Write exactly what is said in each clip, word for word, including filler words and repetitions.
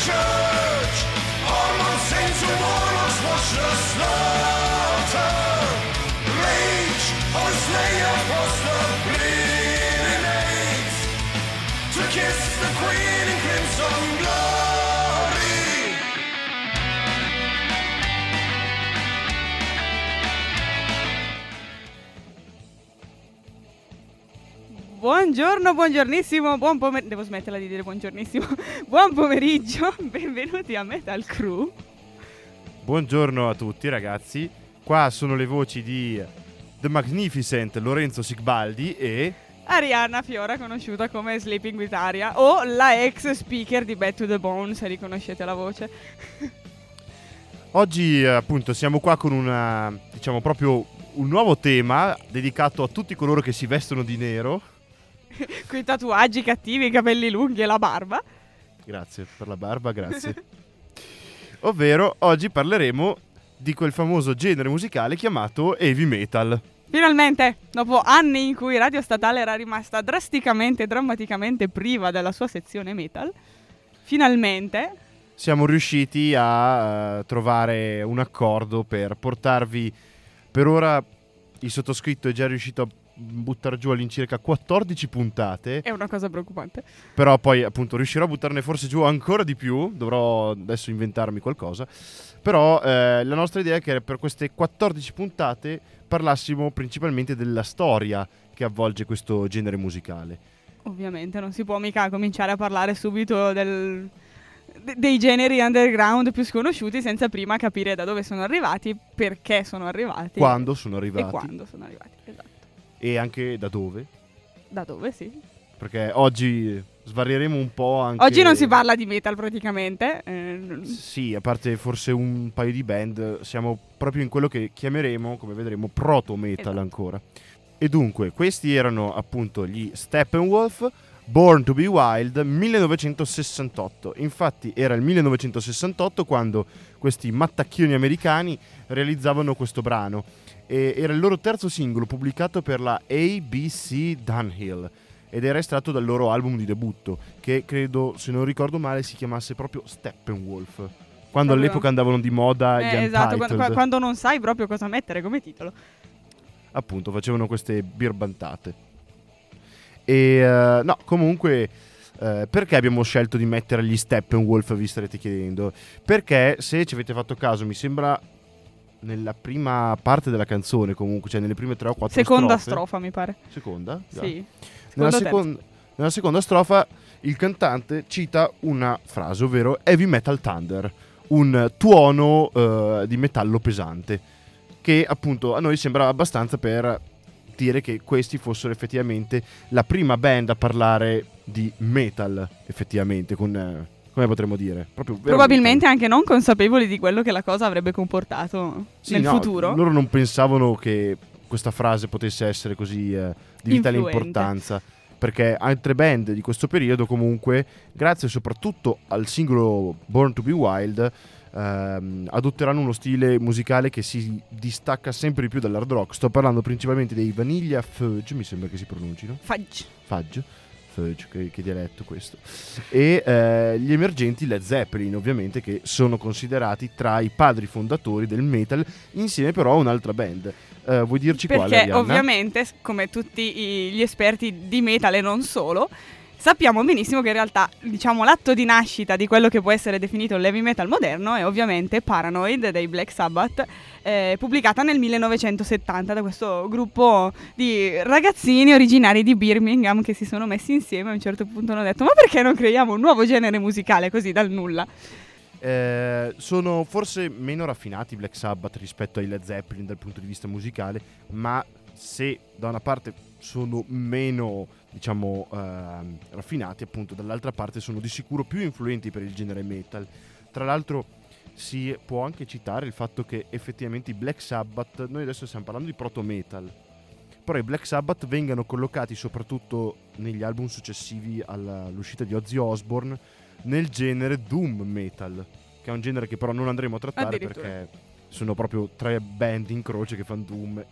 church. Hormones, saints and warlocks watch the slaughter. Rage of a slayer across the bleeding age, to kiss the queen in crimson glory. Buongiorno, buongiornissimo, buon pomeriggio. Devo smetterla di dire buongiornissimo. Buon pomeriggio, benvenuti a Metal Crew. Buongiorno a tutti ragazzi. Qua sono le voci di The Magnificent Lorenzo Sigbaldi e Arianna Fiora, conosciuta come Sleeping with Aria, o la ex speaker di Bad to the Bone, se riconoscete la voce. oggi eh, appunto siamo qua con una, diciamo proprio un nuovo tema dedicato a tutti coloro che si vestono di nero. Con i tatuaggi cattivi, i capelli lunghi e la barba. Grazie per la barba, grazie. Ovvero oggi parleremo di quel famoso genere musicale chiamato heavy metal. Finalmente, dopo anni in cui Radio Statale era rimasta drasticamente e drammaticamente priva della sua sezione metal, finalmente Siamo riusciti a uh, trovare un accordo per portarvi, per ora il sottoscritto è già riuscito a buttare giù all'incirca quattordici puntate, è una cosa preoccupante. però poi appunto riuscirò a buttarne forse giù ancora di più, dovrò adesso inventarmi qualcosa, però eh, la nostra idea è che per queste quattordici puntate parlassimo principalmente della storia che avvolge questo genere musicale. Ovviamente non si può mica cominciare a parlare subito del, de- dei generi underground più sconosciuti senza prima capire da dove sono arrivati, perché sono arrivati, Quando sono arrivati e quando sono arrivati, esatto. e anche da dove, Da dove, sì. perché oggi svarieremo un po' anche... Oggi non si parla di metal praticamente. eh, Sì, a parte forse un paio di band, siamo proprio in quello che chiameremo, come vedremo, proto-metal Esatto. ancora. E dunque, questi erano appunto gli Steppenwolf, Born to be Wild, millenovecentosessantotto. Infatti era il millenovecentosessantotto quando questi mattacchioni americani realizzavano questo brano. E era il loro terzo singolo pubblicato per la A B C Dunhill ed era estratto dal loro album di debutto, che credo, se non ricordo male, si chiamasse proprio Steppenwolf, quando Proprio. all'epoca andavano di moda gli eh, esatto, Untitled. quando, quando non sai proprio cosa mettere come titolo. Appunto, facevano queste birbantate. E uh, no, comunque uh, perché abbiamo scelto di mettere gli Steppenwolf, vi starete chiedendo? Perché, se ci avete fatto caso, mi sembra nella prima parte della canzone, comunque, cioè nelle prime tre o quattro Seconda strofe. strofa, mi pare. Seconda? Già. Sì. Nella, Secondo o secon- nella seconda strofa il cantante cita una frase, ovvero Heavy Metal Thunder, un tuono uh, di metallo pesante, che appunto a noi sembrava abbastanza per dire che questi fossero effettivamente la prima band a parlare di metal, effettivamente, con, eh, come potremmo dire, proprio vero Probabilmente metal. anche non consapevoli di quello che la cosa avrebbe comportato Sì, nel no, futuro. loro non pensavano che questa frase potesse essere così eh, di vitale Influente. importanza, perché altre band di questo periodo comunque, grazie soprattutto al singolo Born to be Wild, ehm, adotteranno uno stile musicale che si distacca sempre di più dall'hard rock. Sto parlando principalmente dei Vanilla Fudge, mi sembra che si pronuncino Fudge. Fudge Fudge, che, che dialetto questo, e eh, gli emergenti Led Zeppelin, ovviamente, che sono considerati tra i padri fondatori del metal, insieme però a un'altra band. Uh, vuoi dirci quale, Perché Arianna? ovviamente, s- come tutti i- gli esperti di metal e non solo, sappiamo benissimo che in realtà, diciamo, l'atto di nascita di quello che può essere definito l'heavy metal moderno è ovviamente Paranoid dei Black Sabbath, eh, pubblicata nel millenovecentosettanta da questo gruppo di ragazzini originari di Birmingham che si sono messi insieme e a un certo punto hanno detto: ma perché non creiamo un nuovo genere musicale così dal nulla? Eh, sono forse meno raffinati i Black Sabbath rispetto ai Led Zeppelin dal punto di vista musicale, ma se da una parte sono meno, diciamo, eh, raffinati, appunto dall'altra parte sono di sicuro più influenti per il genere metal. Tra l'altro si può anche citare il fatto che effettivamente i Black Sabbath, noi adesso stiamo parlando di proto metal, però i Black Sabbath vengano collocati soprattutto negli album successivi alla, all'uscita di Ozzy Osbourne nel genere doom metal, che è un genere che però non andremo a trattare Addirittura. perché sono proprio tre band in croce che fanno doom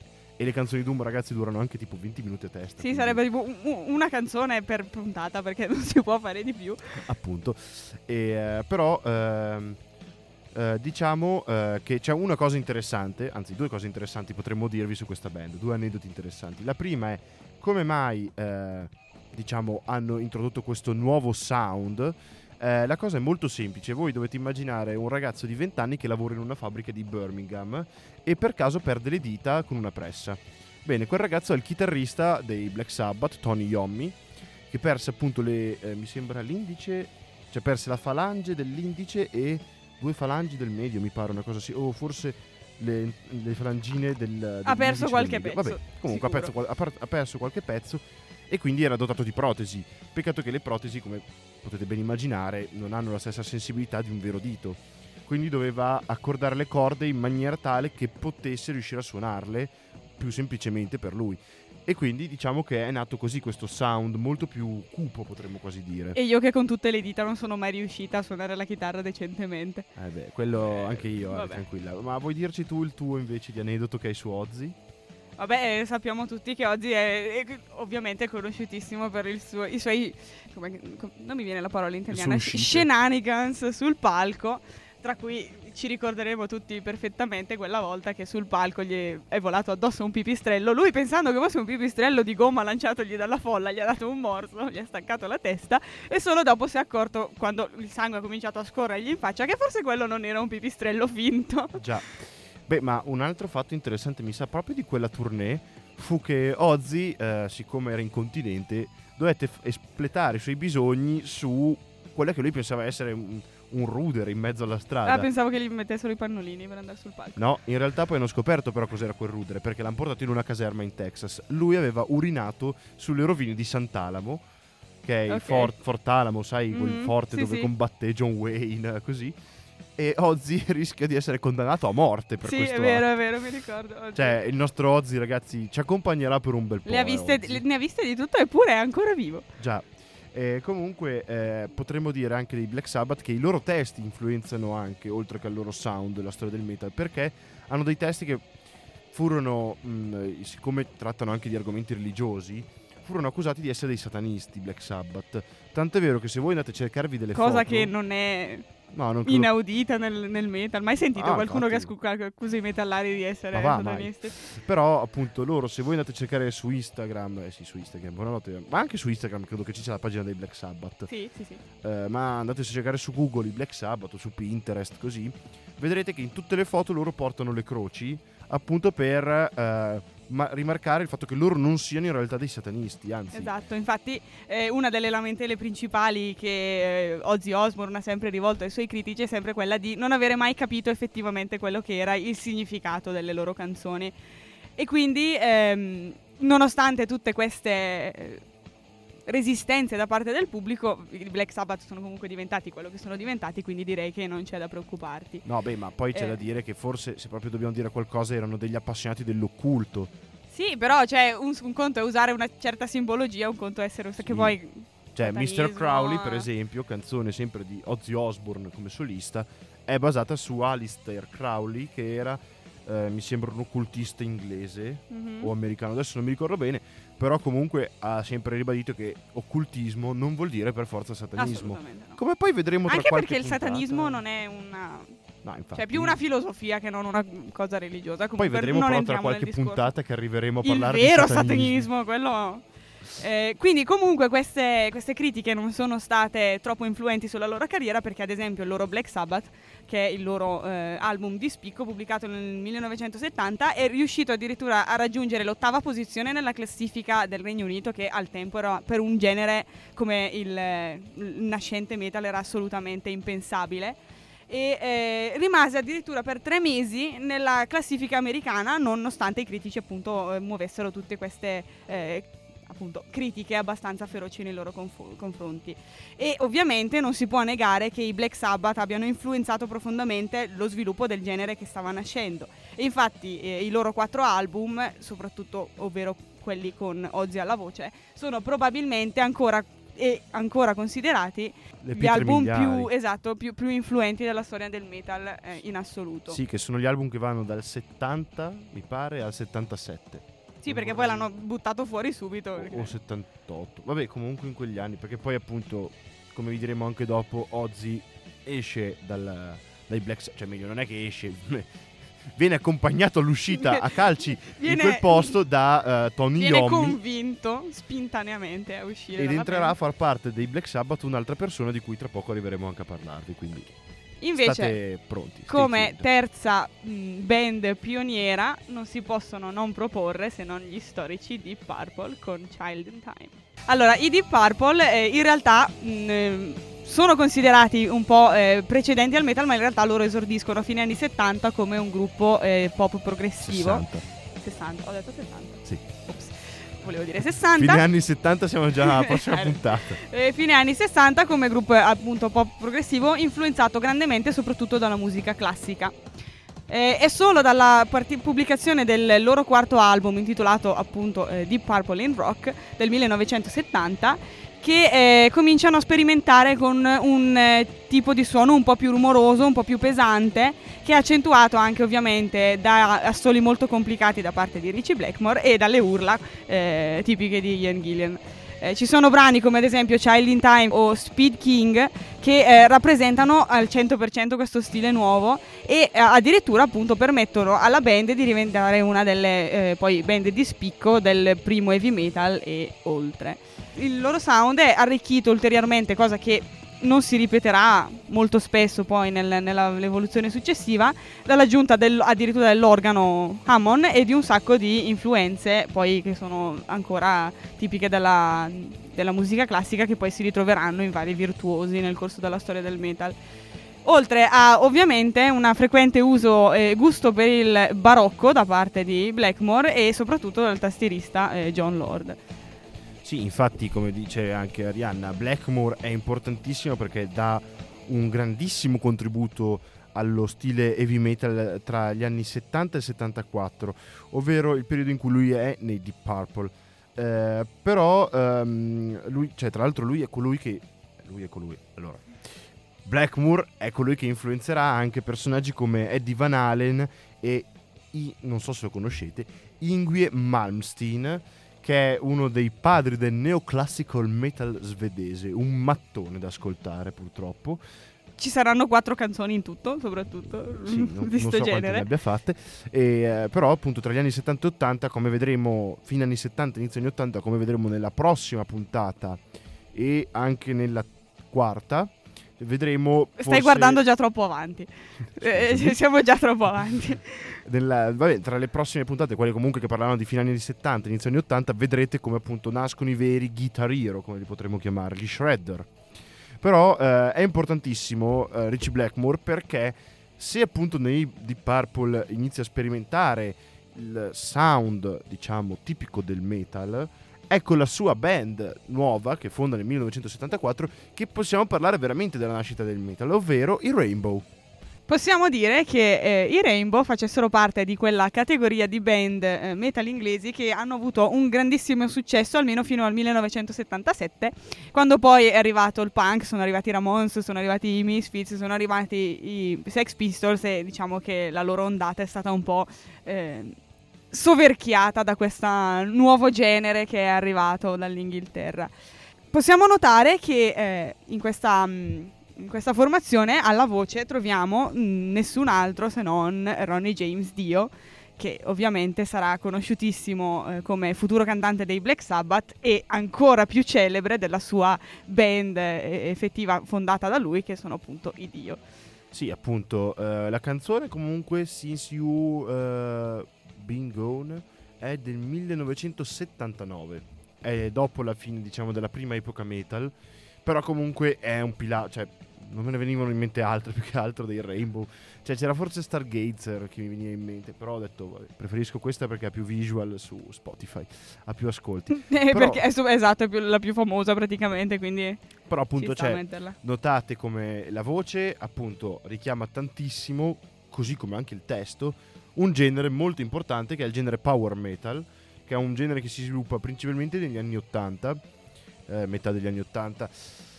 E le canzoni Doom, ragazzi, durano anche tipo venti minuti a testa. Sì, quindi... sarebbe tipo un- una canzone per puntata, perché non si può fare di più. Appunto. E, eh, però ehm, eh, diciamo eh, che c'è una cosa interessante, anzi due cose interessanti potremmo dirvi su questa band, due aneddoti interessanti. La prima è come mai eh, diciamo hanno introdotto questo nuovo sound. Eh, la cosa è molto semplice, voi dovete immaginare un ragazzo di venti anni che lavora in una fabbrica di Birmingham e per caso perde le dita con una pressa. Bene, quel ragazzo è il chitarrista dei Black Sabbath, Tony Iommi, che perse appunto le, eh, mi sembra l'indice, cioè perse la falange dell'indice e due falangi del medio, mi pare una cosa sì, o forse le, le falangine del Ha perso dell'indice qualche del medio. pezzo, Vabbè, comunque ha sicuro. perso, qual- ha par- ha perso qualche pezzo e quindi era dotato di protesi. Peccato che le protesi, come potete ben immaginare, non hanno la stessa sensibilità di un vero dito. Quindi doveva accordare le corde in maniera tale che potesse riuscire a suonarle più semplicemente per lui. E quindi diciamo che è nato così questo sound molto più cupo, potremmo quasi dire. E io che con tutte le dita non sono mai riuscita a suonare la chitarra decentemente. Eh beh, quello anche io, eh, Vabbè. tranquilla. Ma vuoi dirci tu il tuo invece di aneddoto che hai su Ozzy? Vabbè, eh, sappiamo tutti che Ozzy è, è ovviamente conosciutissimo per il suo, i suoi, come- com- non mi viene la parola in italiano, Sue uscite. shenanigans sul palco, tra cui ci ricorderemo tutti perfettamente quella volta che sul palco gli è, è volato addosso un pipistrello. Lui, pensando che fosse un pipistrello di gomma lanciatogli dalla folla, gli ha dato un morso, gli ha staccato la testa e solo dopo si è accorto, quando il sangue ha cominciato a scorrergli in faccia, che forse quello non era un pipistrello finto. Già. Beh, ma un altro fatto interessante, mi sa, proprio di quella tournée fu che Ozzy, eh, siccome era incontinente, dovette f- espletare i suoi bisogni su quella che lui pensava essere un, un rudere in mezzo alla strada. Ah, pensavo che gli mettessero i pannolini per andare sul palco. No, in realtà poi hanno scoperto però cos'era quel rudere, perché l'hanno portato in una caserma in Texas. Lui aveva urinato sulle rovine di Sant'Alamo, che è il Ok. Fort, Fort Alamo, sai, quel Mhm, forte sì, dove sì. combatté John Wayne, così. E Ozzy rischia di essere condannato a morte per Sì, questo è vero, atto. è vero, mi ricordo. Oggi. Cioè, il nostro Ozzy, ragazzi, ci accompagnerà per un bel po'. le ha eh, viste, Ozzy. le- ne ha viste di tutto eppure è ancora vivo. Già. E comunque eh, potremmo dire anche dei Black Sabbath che i loro testi influenzano anche, oltre che al loro sound, la storia del metal, perché hanno dei testi che furono, mh, siccome trattano anche di argomenti religiosi, furono accusati di essere dei satanisti, Black Sabbath. Tant'è vero che se voi andate a cercarvi delle Cosa foto... che non è No, non credo- inaudita nel, nel metal. Mai sentito Ah, qualcuno che infatti. ascu- accusa i metallari di essere Ma va, satanisti? Però appunto loro, se voi andate a cercare su Instagram, eh sì, su Instagram, buonanotte, ma anche su Instagram credo che ci sia la pagina dei Black Sabbath. Sì, sì, sì. Eh, ma andate a cercare su Google i Black Sabbath o su Pinterest, così vedrete che in tutte le foto loro portano le croci, appunto per eh, ma- rimarcare il fatto che loro non siano in realtà dei satanisti, anzi. Esatto, infatti eh, una delle lamentele principali che eh, Ozzy Osbourne ha sempre rivolto ai suoi critici è sempre quella di non avere mai capito effettivamente quello che era il significato delle loro canzoni. E quindi, ehm, nonostante tutte queste eh, resistenze da parte del pubblico, i Black Sabbath sono comunque diventati quello che sono diventati, quindi direi che non c'è da preoccuparti. No, beh, ma poi c'è Eh. da dire che forse, se proprio dobbiamo dire qualcosa, erano degli appassionati dell'occulto. Sì, però cioè, un, un conto è usare una certa simbologia, un conto è essere che Sì. poi Cioè, satanismo, mister Crowley, per eh. esempio, canzone sempre di Ozzy Osbourne come solista, è basata su Alistair Crowley, che era, eh, mi sembra, un occultista inglese Mhm. o americano, adesso non mi ricordo bene, però comunque ha sempre ribadito che occultismo non vuol dire per forza satanismo. Assolutamente no. Come poi vedremo tra Anche qualche perché il puntata. satanismo non è una, No, infatti. cioè più una filosofia che non una cosa religiosa. Poi Comunque vedremo non però tra entriamo nel qualche discorso. puntata che arriveremo a Il parlare vero di satanismo. satanismo, quello. Eh, quindi comunque queste, queste critiche non sono state troppo influenti sulla loro carriera, perché ad esempio il loro Black Sabbath, che è il loro eh, album di spicco pubblicato nel millenovecentosettanta, è riuscito addirittura a raggiungere l'ottava posizione nella classifica del Regno Unito, che al tempo era, per un genere come il, eh, il nascente metal, era assolutamente impensabile. E eh, rimase addirittura per tre mesi nella classifica americana, nonostante i critici appunto eh, muovessero tutte queste eh, appunto critiche abbastanza feroci nei loro confo- confronti. E ovviamente non si può negare che i Black Sabbath abbiano influenzato profondamente lo sviluppo del genere che stava nascendo. E infatti eh, i loro quattro album, soprattutto ovvero quelli con Ozzy alla voce, sono probabilmente ancora e ancora considerati Le gli pietre album miliari. più, esatto, più, più influenti della storia del metal eh, in assoluto. Sì, che sono gli album che vanno dal settanta, mi pare, al settantasette. Sì, perché poi l'hanno buttato fuori subito. O, Perché... o settantotto. Vabbè, comunque in quegli anni, perché poi appunto, come vi diremo anche dopo, Ozzy esce dal, dai Black Sabbath, cioè meglio, non è che esce, viene accompagnato all'uscita a calci Viene- in quel posto da uh, Tony Viene Iommi, convinto spintaneamente a uscire ed dalla entrerà a band. far parte dei Black Sabbath un'altra persona di cui tra poco arriveremo anche a parlarvi, quindi Invece, state pronti. stay come tuned. terza mh, band pioniera non si possono non proporre se non gli storici Deep Purple con Child in Time. Allora, i Deep Purple eh, in realtà mh, eh, sono considerati un po' eh, precedenti al metal, ma in realtà loro esordiscono a fine anni settanta come un gruppo eh, pop progressivo. sessanta. sessanta, ho detto settanta? Sì. Ops, volevo dire sessanta. Fine anni settanta, siamo già alla prossima Eh, puntata. eh, fine anni sessanta come gruppo eh, appunto pop progressivo, influenzato grandemente soprattutto dalla musica classica. Eh, è solo dalla parti- pubblicazione del loro quarto album intitolato appunto eh, Deep Purple in Rock del millenovecentosettanta che eh, cominciano a sperimentare con un eh, tipo di suono un po' più rumoroso, un po' più pesante, che è accentuato anche ovviamente da assoli molto complicati da parte di Ritchie Blackmore e dalle urla eh, tipiche di Ian Gillan. Eh, ci sono brani come ad esempio Child in Time o Speed King che eh, rappresentano al cento per cento questo stile nuovo e eh, addirittura appunto permettono alla band di diventare una delle eh, poi band di spicco del primo heavy metal e oltre. Il loro sound è arricchito ulteriormente, cosa che non si ripeterà molto spesso poi nel, nell'evoluzione successiva, dall'aggiunta del, addirittura dell'organo Hammond e di un sacco di influenze poi che sono ancora tipiche della, della musica classica, che poi si ritroveranno in vari virtuosi nel corso della storia del metal. Oltre a ovviamente un frequente uso e eh, gusto per il barocco da parte di Blackmore e soprattutto del tastierista eh, John Lord. Sì, infatti, come dice anche Arianna, Blackmore è importantissimo perché dà un grandissimo contributo allo stile heavy metal tra gli anni settanta e settantaquattro, ovvero il periodo in cui lui è nei Deep Purple. Eh, però ehm, lui, cioè tra l'altro lui è colui che lui è colui. Allora, Blackmore è colui che influenzerà anche personaggi come Eddie Van Halen e i, non so se lo conoscete, Yngwie Malmsteen, che è uno dei padri del neoclassical metal svedese, un mattone da ascoltare purtroppo. Ci saranno quattro canzoni in tutto, soprattutto Sì, non, di non sto so quante ne genere. abbia fatte, e, eh, però appunto tra gli anni settanta e ottanta, come vedremo, fine anni settanta, inizio anni ottanta, come vedremo nella prossima puntata e anche nella quarta, vedremo Stai forse... guardando già troppo avanti. Eh, Scusami. siamo già troppo avanti. Nella, vabbè, tra le prossime puntate, quelle comunque che parlavano di fine anni settanta, inizio anni ottanta, vedrete come appunto nascono i veri guitar hero, come li potremmo chiamare, gli shredder. Però eh, è importantissimo eh, Ritchie Blackmore, perché se appunto nei Deep Purple inizia a sperimentare il sound, diciamo, tipico del metal, ecco la sua band nuova che fonda nel millenovecentosettantaquattro che possiamo parlare veramente della nascita del metal, ovvero i Rainbow. Possiamo dire che eh, i Rainbow facessero parte di quella categoria di band eh, metal inglesi che hanno avuto un grandissimo successo almeno fino al millenovecentosettantasette, quando poi è arrivato il punk, sono arrivati i Ramones, sono arrivati i Misfits, sono arrivati i Sex Pistols e diciamo che la loro ondata è stata un po' eh, soverchiata da questo nuovo genere che è arrivato dall'Inghilterra. Possiamo notare che eh, in questa... Mh, In questa formazione alla voce troviamo mh, nessun altro se non Ronnie James Dio, che ovviamente sarà conosciutissimo eh, come futuro cantante dei Black Sabbath e ancora più celebre della sua band eh, effettiva fondata da lui, che sono appunto i Dio. Sì, appunto, eh, la canzone comunque Since You uh, Been Gone è del millenovecentosettantanove, è dopo la fine, diciamo, della prima epoca metal, però comunque è un pilastro, cioè non me ne venivano in mente altre più che altro dei Rainbow, cioè c'era forse Stargazer che mi veniva in mente, però ho detto vabbè, preferisco questa perché ha più visual su Spotify, ha più ascolti. Eh, Però- perché è su- esatto, è più- la più famosa praticamente, quindi Però appunto ci sta a c'è, metterla. notate come la voce appunto richiama tantissimo, così come anche il testo, un genere molto importante che è il genere power metal, che è un genere che si sviluppa principalmente negli anni ottanta, eh, metà degli anni ottanta,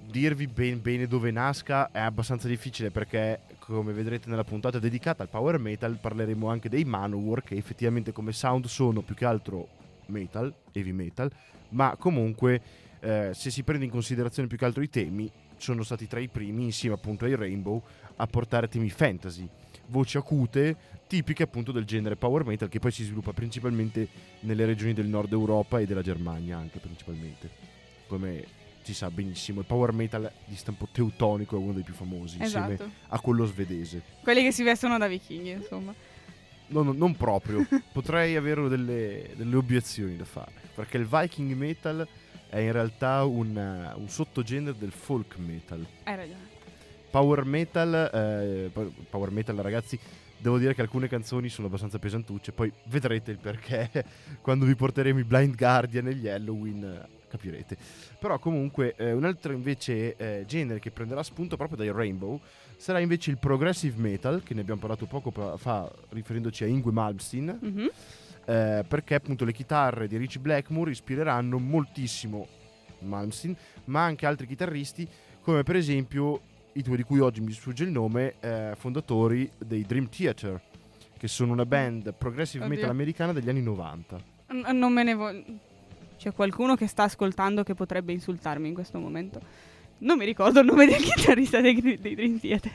dirvi ben, bene dove nasca è abbastanza difficile, perché come vedrete nella puntata dedicata al power metal parleremo anche dei Manowar, che effettivamente come sound sono più che altro metal, heavy metal, ma comunque eh, se si prende in considerazione più che altro i temi, sono stati tra i primi insieme appunto ai Rainbow a portare temi fantasy, voci acute tipiche appunto del genere power metal, che poi si sviluppa principalmente nelle regioni del nord Europa e della Germania anche principalmente. Come si sa benissimo, il power metal di stampo teutonico è uno dei più famosi, Esatto. insieme a quello svedese. Quelli che si vestono da vichinghi, insomma. No, no, non proprio. Potrei avere delle, delle obiezioni da fare, perché il Viking metal è in realtà un, uh, un sottogenere del folk metal. Hai ragione. Power metal, eh, power metal ragazzi, devo dire che alcune canzoni sono abbastanza pesantucce, poi vedrete il perché quando vi porteremo i Blind Guardian e gli Halloween, eh, capirete. Però comunque eh, un altro invece eh, genere che prenderà spunto proprio dai Rainbow sarà invece il progressive metal, che ne abbiamo parlato poco fa riferendoci a Yngwie Malmsteen, Mhm. eh, perché appunto le chitarre di Rich Blackmore ispireranno moltissimo Malmsteen, ma anche altri chitarristi, come per esempio i due di cui oggi mi sfugge il nome, eh, fondatori dei Dream Theater, che sono una band progressive Oddio. metal americana degli anni novanta. N- non me ne voglio. C'è qualcuno che sta ascoltando che potrebbe insultarmi in questo momento. Non mi ricordo il nome del chitarrista dei, dei Dream Theater.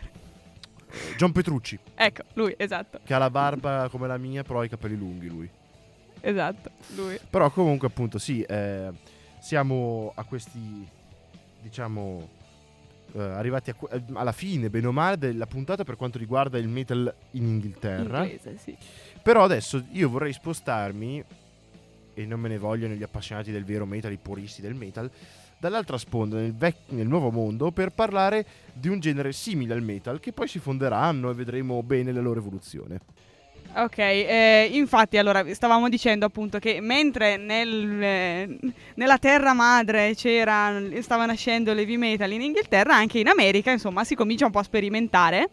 John Petrucci, Ecco, lui, esatto. che ha la barba come la mia, però ha i capelli lunghi lui. Esatto, lui. Però comunque appunto sì, eh, siamo a questi, diciamo, eh, arrivati a que- alla fine, bene o male, della puntata per quanto riguarda il metal in Inghilterra. Inglese, sì. Però adesso io vorrei spostarmi, e non me ne vogliono gli appassionati del vero metal, i puristi del metal, dall'altra sponda, nel, vec- nel nuovo mondo, per parlare di un genere simile al metal, che poi si fonderanno e vedremo bene la loro evoluzione. Ok, eh, infatti allora stavamo dicendo appunto che mentre nel, eh, nella terra madre c'era, stava nascendo l'heavy metal in Inghilterra, anche in America insomma si comincia un po' a sperimentare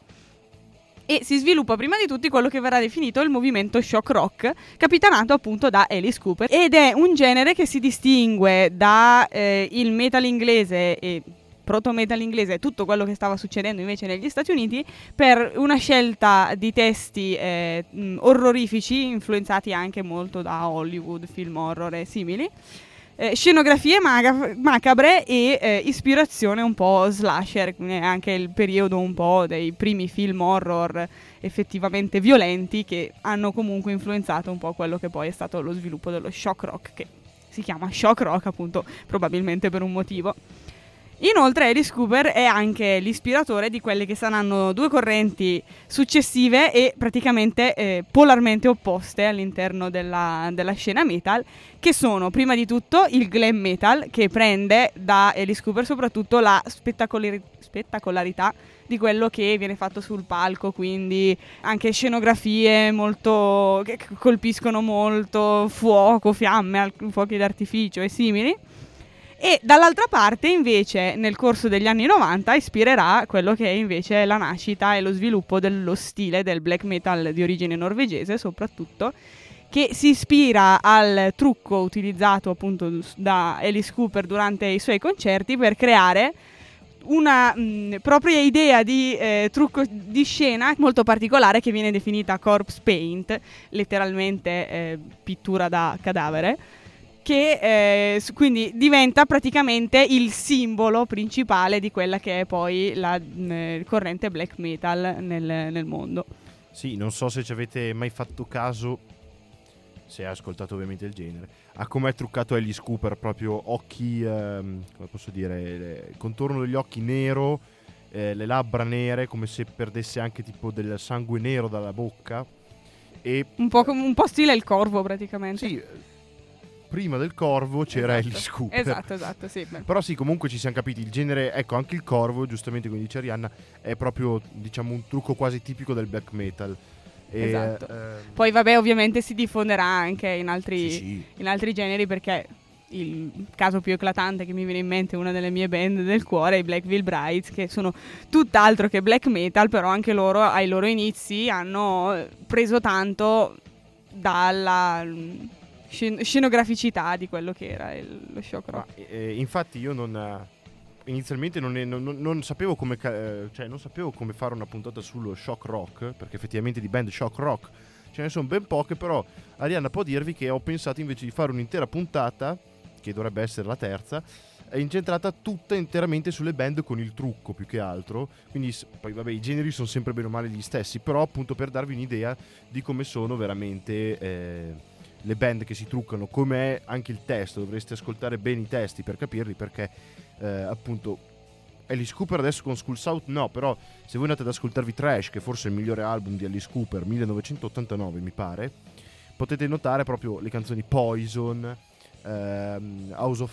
e si sviluppa prima di tutti quello che verrà definito il movimento shock rock, capitanato appunto da Alice Cooper, ed è un genere che si distingue da eh, il metal inglese e proto metal inglese e tutto quello che stava succedendo invece negli Stati Uniti per una scelta di testi eh, mh, orrorifici influenzati anche molto da Hollywood, film horror e simili, eh, scenografie maga- macabre e eh, ispirazione un po' slasher, quindi anche il periodo un po' dei primi film horror effettivamente violenti che hanno comunque influenzato un po' quello che poi è stato lo sviluppo dello shock rock, che si chiama shock rock appunto probabilmente per un motivo. Inoltre Alice Cooper è anche l'ispiratore di quelle che saranno due correnti successive e praticamente eh, polarmente opposte all'interno della, della scena metal, che sono prima di tutto il glam metal, che prende da Alice Cooper soprattutto la spettacolari- spettacolarità di quello che viene fatto sul palco, quindi anche scenografie molto che colpiscono molto, fuoco, fiamme, fuochi d'artificio e simili. E dall'altra parte invece nel corso degli anni novanta ispirerà quello che è invece la nascita e lo sviluppo dello stile del black metal di origine norvegese soprattutto, che si ispira al trucco utilizzato appunto da Alice Cooper durante i suoi concerti per creare una mh, propria idea di eh, trucco di scena molto particolare che viene definita corpse paint, letteralmente eh, pittura da cadavere, che eh, quindi diventa praticamente il simbolo principale di quella che è poi la mh, corrente black metal nel, nel mondo. Sì, non so se ci avete mai fatto caso, se hai ascoltato ovviamente il genere, a come è truccato Alice Cooper, proprio occhi, ehm, come posso dire, le- il contorno degli occhi nero, eh, le labbra nere, come se perdesse anche tipo del sangue nero dalla bocca. E Un po', come, un po' stile il corvo praticamente. sì, prima del corvo c'era Esatto. Alice Cooper. Esatto, esatto, sì. beh. Però sì, comunque ci siamo capiti, il genere, ecco, anche il corvo, giustamente come dice Arianna, è proprio, diciamo, un trucco quasi tipico del black metal. E, Esatto. ehm, Poi vabbè, ovviamente si diffonderà anche in altri, sì, sì. in altri generi, perché il caso più eclatante che mi viene in mente è una delle mie band del cuore, i Black Veil Brides, che sono tutt'altro che black metal, però anche loro ai loro inizi hanno preso tanto dalla mm, scen- scenograficità di quello che era il- lo shock Ma, rock. eh, infatti io non, inizialmente non, è, non, non sapevo come ca- cioè non sapevo come fare una puntata sullo shock rock, perché effettivamente di band shock rock ce ne sono ben poche, però Arianna può dirvi che ho pensato invece di fare un'intera puntata, che dovrebbe essere la terza, è incentrata tutta interamente sulle band con il trucco più che altro. Quindi poi vabbè, i generi sono sempre bene o male gli stessi, però appunto per darvi un'idea di come sono veramente eh, le band che si truccano, com'è anche il testo. Dovreste ascoltare bene i testi per capirli, perché eh, appunto Alice Cooper adesso con Schools Out no, però se voi andate ad ascoltarvi Trash, che forse è il migliore album di Alice Cooper, millenovecentottantanove mi pare, potete notare proprio le canzoni Poison, ehm, House of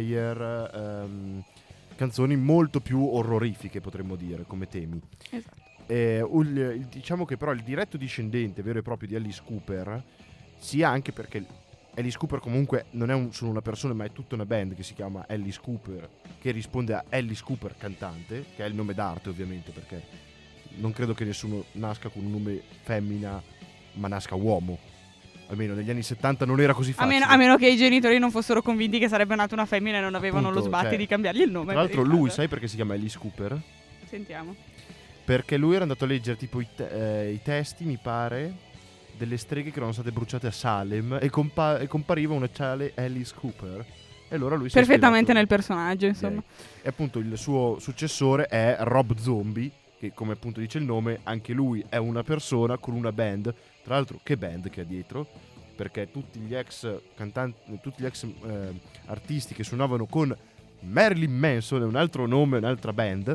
Fire, ehm, canzoni molto più orrorifiche potremmo dire come temi. Esatto. Eh, il, il, diciamo che però il diretto discendente vero e proprio di Alice Cooper, sia anche perché Alice Cooper comunque non è un, solo una persona, ma è tutta una band che si chiama Alice Cooper, che risponde a Alice Cooper cantante, che è il nome d'arte ovviamente, perché non credo che nessuno nasca con un nome femmina ma nasca uomo. Almeno negli anni settanta non era così A facile. meno, a meno che i genitori non fossero convinti che sarebbe nata una femmina e non avevano Appunto, lo sbatti cioè, di cambiargli il nome. Tra l'altro per il lui, caso. sai perché si chiama Alice Cooper? Sentiamo. Perché lui era andato a leggere tipo i, te- eh, i testi, mi pare, delle streghe che erano state bruciate a Salem e, compa- e compariva una tale Alice Cooper. E allora lui si è Perfettamente ispirato- nel personaggio, insomma. E appunto il suo successore è Rob Zombie, che come appunto dice il nome, anche lui è una persona con una band. Tra l'altro che band che ha dietro, perché tutti gli ex cantanti, tutti gli ex eh, artisti che suonavano con Marilyn Manson, è un altro nome, un'altra band,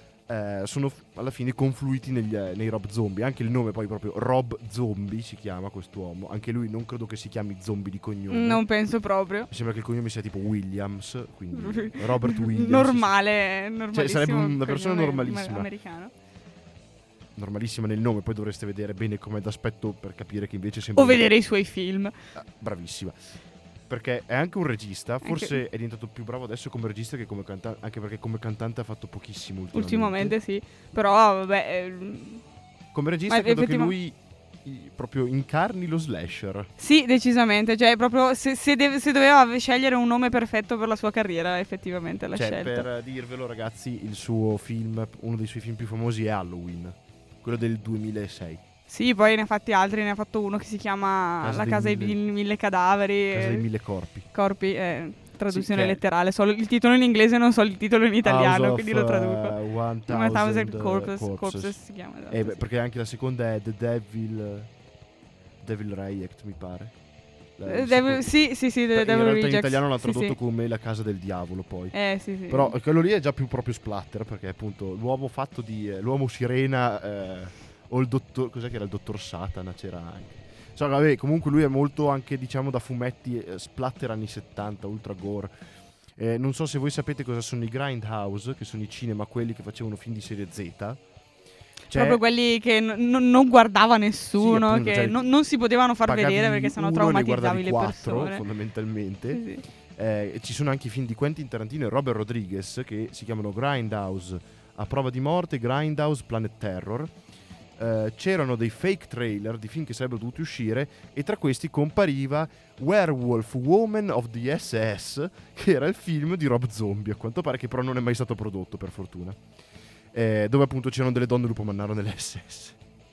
eh, sono alla fine confluiti negli, nei Rob Zombie. Anche il nome poi proprio Rob Zombie si chiama quest'uomo. Anche lui non credo che si chiami Zombie di cognome. Non penso proprio. Mi sembra che il cognome sia tipo Williams, quindi Robert Williams. Normale, normalissimo. Cioè sarebbe una persona cognome normalissima. Americano. Normalissima nel nome, poi dovreste vedere bene com'è d'aspetto per capire che invece sembra... O vedere i suoi film. Ah, bravissima. Perché è anche un regista, forse Anche- è diventato più bravo adesso come regista che come cantante, anche perché come cantante ha fatto pochissimo ultimamente. Ultimamente sì. Però vabbè. eh, Come regista Ma credo effettiva- che lui i- proprio incarni lo slasher. Sì, decisamente. Cioè, proprio se, se, deve- se doveva scegliere un nome perfetto per la sua carriera, effettivamente l'ha Cioè, scelto. per dirvelo ragazzi, il suo film, uno dei suoi film più famosi è Halloween, quello del duemilasei. Sì, poi ne ha fatti altri. Ne ha fatto uno che si chiama Casa La dei casa dei mille- mille, mille cadaveri. Casa eh, dei mille corpi. corpi. eh, traduzione Sì, che è- letterale. Solo il titolo in inglese, non so il titolo in italiano, House quindi of, lo traduco. uh, one One thousand, Thousand uh, Corpses, Corpses. Corpses si chiama. Esatto, Eh, beh, sì. perché anche la seconda è The Devil Devil Reject, mi pare. La- Eh, il Devil- secondo- sì, sì, sì, in The Devil realtà in Rejects. italiano l'ha Sì, tradotto sì. come La casa del diavolo poi. Eh, sì, sì. Però quello lì è già più proprio splatter, perché appunto l'uomo fatto di eh, l'uomo sirena eh, o il dottor, cos'è che era il dottor Satana, c'era anche. So, vabbè, comunque lui è molto anche diciamo da fumetti eh, splatter anni settanta, ultra gore. Eh, non so se voi sapete cosa sono i Grindhouse, che sono i cinema quelli che facevano film di serie Z. Cioè, Proprio quelli che n- n- non guardava nessuno, Sì, appunto, che cioè, non, non si potevano far pagavi vedere perché sennò uno, traumatizzavi ne le guardavi quattro, persone. fondamentalmente. Sì, sì. Eh, e ci sono anche i film di Quentin Tarantino e Robert Rodriguez che si chiamano Grindhouse, A prova di morte, Grindhouse, Planet Terror. Eh, c'erano dei fake trailer di film che sarebbero dovuti uscire e tra questi compariva Werewolf Woman of the S S, che era il film di Rob Zombie, a quanto pare, che però non è mai stato prodotto per fortuna. Eh, dove appunto c'erano delle donne lupo mannaro nelle S S.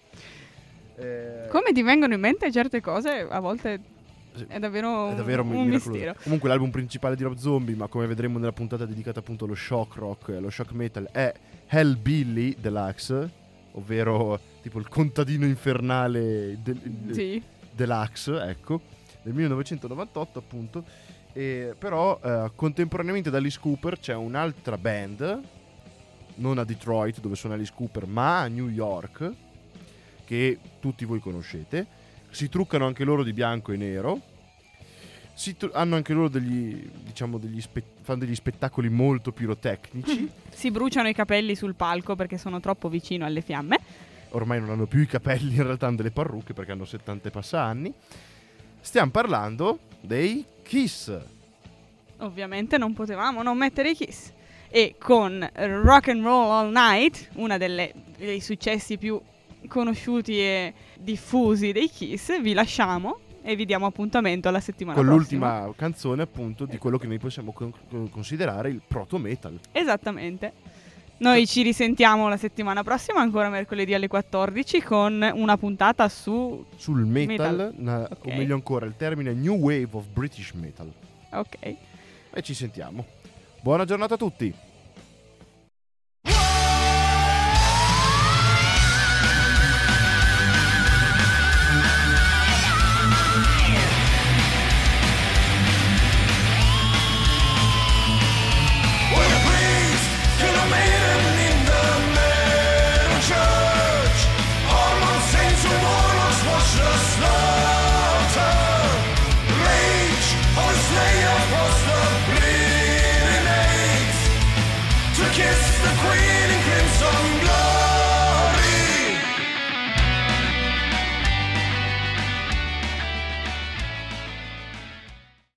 Eh, Come ti vengono in mente certe cose, a volte sì, è davvero, è davvero un, mi- un miracoloso. mistero. Comunque l'album principale di Rob Zombie, ma come vedremo nella puntata dedicata appunto allo shock rock e allo shock metal, è Hellbilly Deluxe, ovvero tipo il contadino infernale del, del- Sì. Deluxe, ecco, del millenovecentonovantotto appunto. E però eh, contemporaneamente da Alice Cooper c'è un'altra band, non a Detroit dove suona Alice Cooper, ma a New York, che tutti voi conoscete. Si truccano anche loro di bianco e nero. Si tru- hanno anche loro degli, diciamo, degli spe- fanno degli spettacoli molto pirotecnici. Si bruciano i capelli sul palco perché sono troppo vicino alle fiamme. Ormai non hanno più i capelli, in realtà hanno delle parrucche perché hanno settanta e passa anni. Stiamo parlando dei Kiss. Ovviamente non potevamo non mettere i Kiss. E con Rock and Roll All Night, uno dei successi più conosciuti e diffusi dei Kiss, vi lasciamo e vi diamo appuntamento alla settimana con prossima. l'ultima canzone appunto di quello che noi possiamo con- con- considerare il proto metal. Esattamente. Noi ci risentiamo la settimana prossima, ancora mercoledì alle quattordici, con una puntata su... Sul metal, Metal. na- Ok. o meglio ancora il termine New Wave of British Metal. Ok. E ci sentiamo. Buona giornata a tutti.